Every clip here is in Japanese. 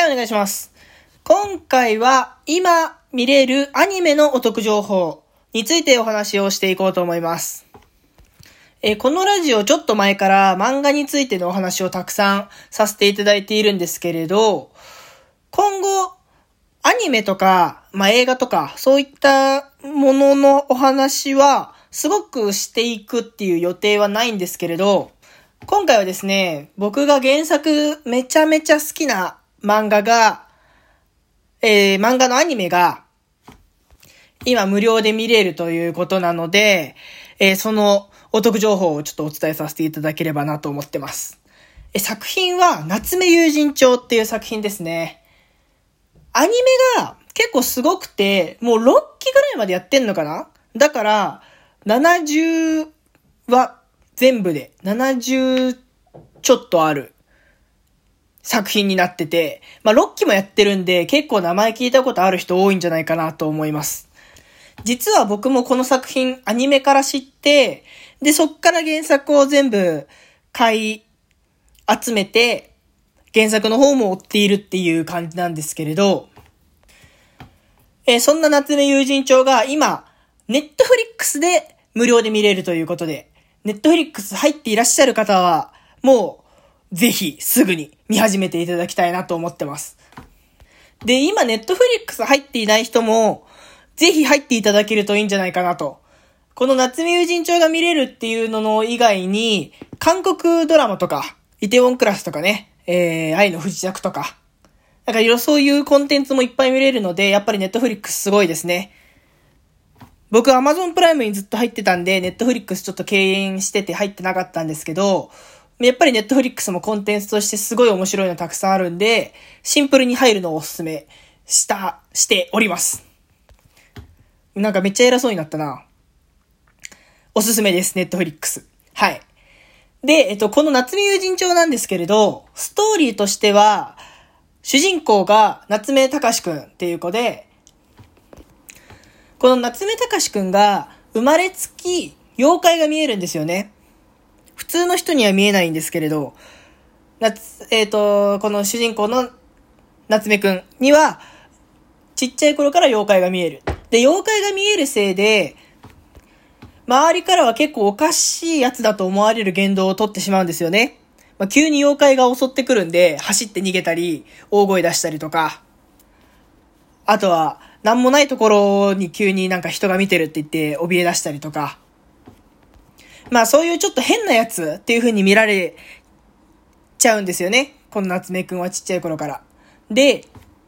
はい、お願いします。今回は今見れるアニメのお得情報についてお話をしていこうと思います。このラジオちょっと前から漫画についてのお話をたくさんさせていただいているんですけれど、今後アニメとか、映画とかそういったもののお話はすごくしていくっていう予定はないんですけれど、今回はですね、僕が原作めちゃめちゃ好きな漫画のアニメが今無料で見れるということなので、そのお得情報をちょっとお伝えさせていただければなと思ってます。作品は夏目友人帳っていう作品ですね。アニメが結構すごくて、もう6期ぐらいまでやってんのかな？だから70は全部で70ちょっとある作品になってて、6期もやってるんで結構名前聞いたことある人多いんじゃないかなと思います。実は僕もこの作品アニメから知って、でそっから原作を全部買い集めて原作の方も追っているっていう感じなんですけれど、そんな夏目友人帳が今ネットフリックスで無料で見れるということで、ネットフリックス入っていらっしゃる方はもうぜひすぐに見始めていただきたいなと思ってます。で、今ネットフリックス入っていない人もぜひ入っていただけるといいんじゃないかなと。この夏目友人帳が見れるっていうのの以外に、韓国ドラマとかイテウォンクラスとかね、愛の不時着とか、そういうコンテンツもいっぱい見れるので、やっぱりネットフリックスすごいですね。僕は Amazon プライムにずっと入ってたんで、ネットフリックスちょっと敬遠してて入ってなかったんですけど、やっぱりネットフリックスもコンテンツとしてすごい面白いのたくさんあるんで、シンプルに入るのをおすすめしております。めっちゃ偉そうになったな。おすすめです、ネットフリックス。はい。で、この夏目友人帳なんですけれど、ストーリーとしては、主人公が夏目隆くんっていう子で、この夏目隆くんが生まれつき妖怪が見えるんですよね。普通の人には見えないんですけれど、この主人公の夏目くんにはちっちゃい頃から妖怪が見える。で、妖怪が見えるせいで、周りからは結構おかしいやつだと思われる言動を取ってしまうんですよね。急に妖怪が襲ってくるんで、走って逃げたり、大声出したりとか、あとは、なんもないところに急に人が見てるって言って怯え出したりとか、そういうちょっと変なやつっていう風に見られちゃうんですよね。この夏目くんはちっちゃい頃から。で、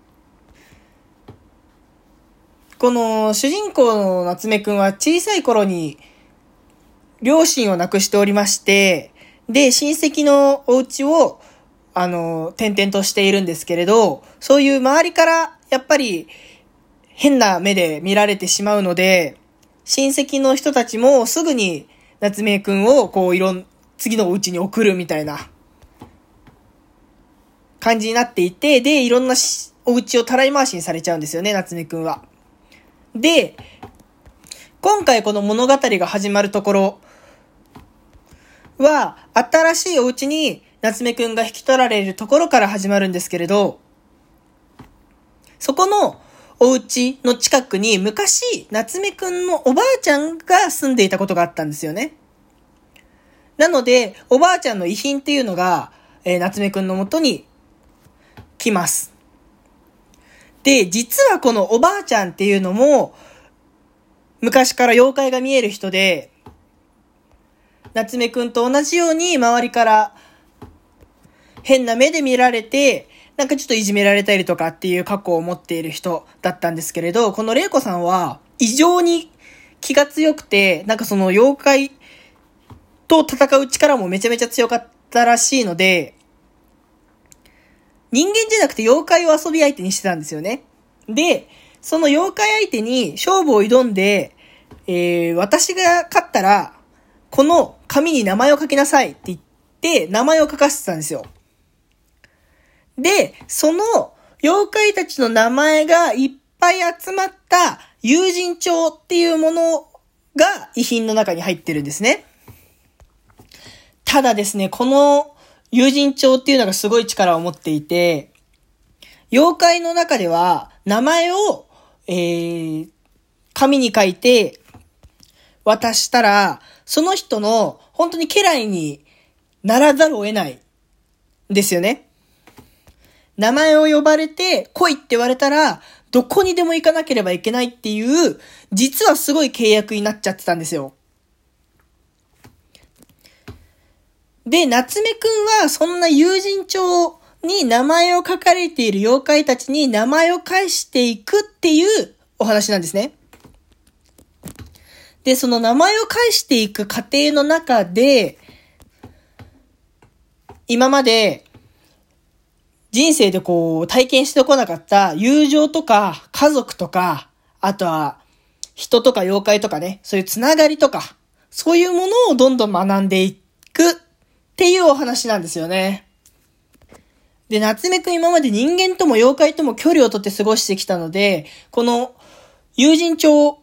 この主人公の夏目くんは小さい頃に両親を亡くしておりまして、で、親戚のお家を、転々としているんですけれど、そういう周りからやっぱり変な目で見られてしまうので、親戚の人たちもすぐに夏目くんを次のお家に送るみたいな感じになっていて、で、いろんなお家をたらい回しにされちゃうんですよね、夏目くんは。で、今回この物語が始まるところは、新しいお家に夏目くんが引き取られるところから始まるんですけれど、そこのお家の近くに昔夏目くんのおばあちゃんが住んでいたことがあったんですよね。なので、おばあちゃんの遺品っていうのが、夏目くんの元に来ます。で、実はこのおばあちゃんっていうのも、昔から妖怪が見える人で、夏目くんと同じように周りから変な目で見られて、ちょっといじめられたりとかっていう過去を持っている人だったんですけれど、この玲子さんは異常に気が強くて、その妖怪と戦う力もめちゃめちゃ強かったらしいので、人間じゃなくて妖怪を遊び相手にしてたんですよね。で、その妖怪相手に勝負を挑んで、私が勝ったら、この紙に名前を書きなさいって言って、名前を書かせてたんですよ。で、その妖怪たちの名前がいっぱい集まった友人帳っていうものが遺品の中に入ってるんですね。ただですね、この友人帳っていうのがすごい力を持っていて、 妖怪の中では名前を、紙に書いて渡したら、その人の本当に家来にならざるを得ないんですよね。名前を呼ばれて来いって言われたら、どこにでも行かなければいけないっていう、実はすごい契約になっちゃってたんですよ。で、夏目くんはそんな友人帳に名前を書かれている妖怪たちに名前を返していくっていうお話なんですね。で、その名前を返していく過程の中で、今まで人生で体験してこなかった友情とか家族とか、あとは人とか妖怪とかね、そういうつながりとか、そういうものをどんどん学んでいくっていうお話なんですよね。で、夏目くん今まで人間とも妖怪とも距離をとって過ごしてきたので、この友人帳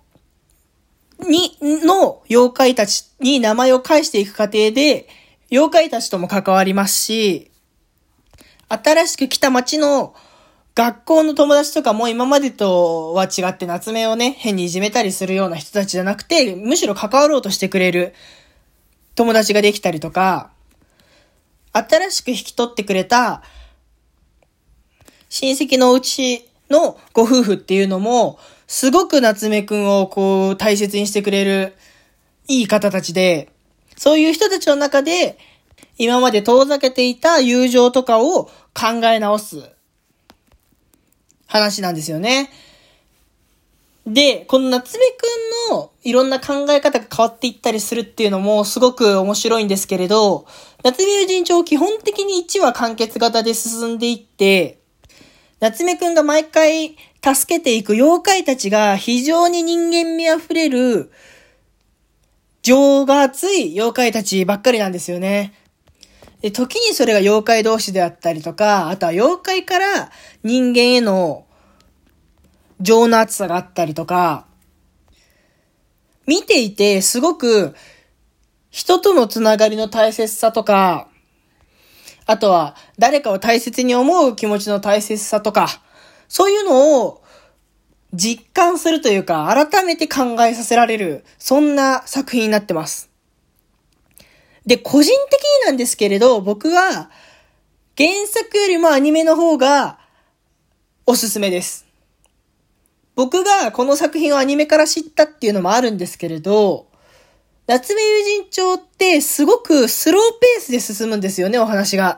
の妖怪たちに名前を返していく過程で、妖怪たちとも関わりますし、新しく来た町の学校の友達とかも今までとは違って夏目をね、変にいじめたりするような人たちじゃなくて、むしろ関わろうとしてくれる友達ができたりとか、新しく引き取ってくれた親戚のうちのご夫婦っていうのも、すごく夏目くんを大切にしてくれるいい方たちで、そういう人たちの中で、今まで遠ざけていた友情とかを考え直す話なんですよね。で、この夏目くんのいろんな考え方が変わっていったりするっていうのもすごく面白いんですけれど、夏目友人帳基本的に1話完結型で進んでいって、夏目くんが毎回助けていく妖怪たちが非常に人間味あふれる情が熱い妖怪たちばっかりなんですよね。で、時にそれが妖怪同士であったりとか、あとは妖怪から人間への情の熱さがあったりとか、見ていてすごく人とのつながりの大切さとか、あとは誰かを大切に思う気持ちの大切さとか、そういうのを実感するというか、改めて考えさせられる、そんな作品になってます。で、個人的になんですけれど、僕は原作よりもアニメの方がおすすめです。僕がこの作品をアニメから知ったっていうのもあるんですけれど、夏目友人帳ってすごくスローペースで進むんですよね、お話が。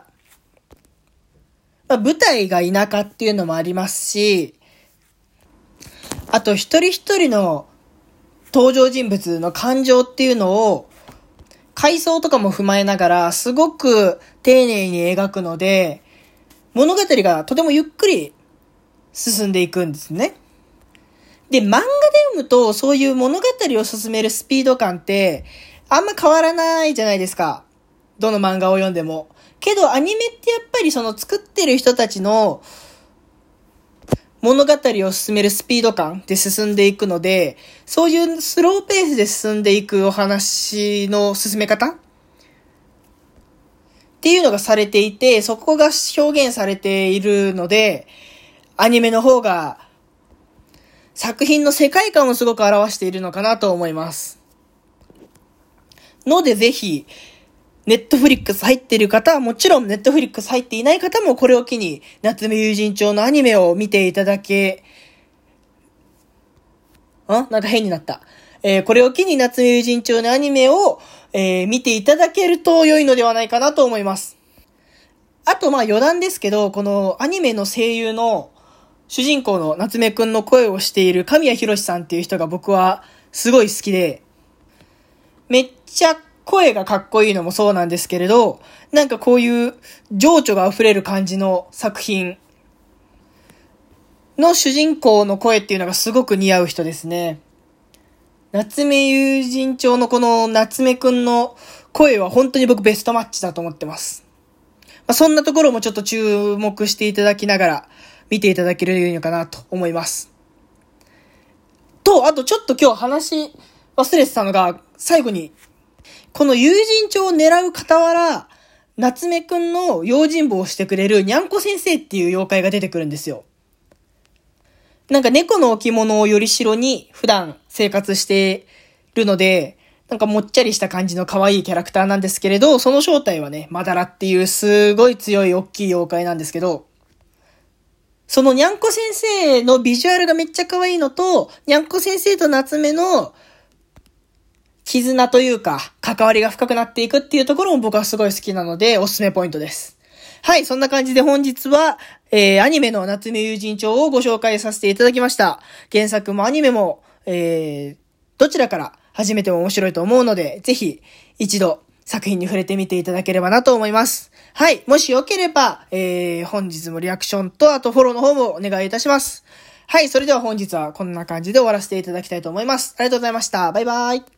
舞台が田舎っていうのもありますし、あと一人一人の登場人物の感情っていうのを回想とかも踏まえながらすごく丁寧に描くので、物語がとてもゆっくり進んでいくんですね。で、漫画で読むとそういう物語を進めるスピード感ってあんま変わらないじゃないですか。どの漫画を読んでも。けどアニメってやっぱりその作ってる人たちの物語を進めるスピード感で進んでいくので、そういうスローペースで進んでいくお話の進め方っていうのがされていて、そこが表現されているので、アニメの方が作品の世界観をすごく表しているのかなと思います。のでぜひ、ネットフリックス入っている方はもちろん、ネットフリックス入っていない方もこれを機に夏目友人帳のアニメを見ていただけ、なんか変になった。これを機に夏目友人帳のアニメを、見ていただけると良いのではないかなと思います。あと余談ですけど、このアニメの声優の主人公の夏目くんの声をしている神谷博さんっていう人が僕はすごい好きで、めっちゃ声がかっこいいのもそうなんですけれど、なんかこういう情緒が溢れる感じの作品の主人公の声っていうのがすごく似合う人ですね。夏目友人帳のこの夏目くんの声は本当に僕ベストマッチだと思ってます。そんなところもちょっと注目していただきながら見ていただけるのかなと思います。と、あとちょっと今日話忘れてたのが、最後にこの友人帳を狙う傍ら、 夏目くんの用心棒をしてくれるにゃんこ先生っていう妖怪が出てくるんですよ。なんか猫の置物をよりしろに普段生活してるので、なんかもっちゃりした感じの可愛いキャラクターなんですけれど、その正体はね、マダラっていうすごい強い大きい妖怪なんですけど、そのにゃんこ先生のビジュアルがめっちゃ可愛いのと、にゃんこ先生と夏目の絆というか、関わりが深くなっていくっていうところも僕はすごい好きなので、おすすめポイントです。はい、そんな感じで本日は、アニメの夏目友人帳をご紹介させていただきました。原作もアニメも、どちらから始めても面白いと思うので、ぜひ一度作品に触れてみていただければなと思います。はい、もしよければ、本日もリアクションとあとフォローの方もお願いいたします。はい、それでは本日はこんな感じで終わらせていただきたいと思います。ありがとうございました。バイバイ。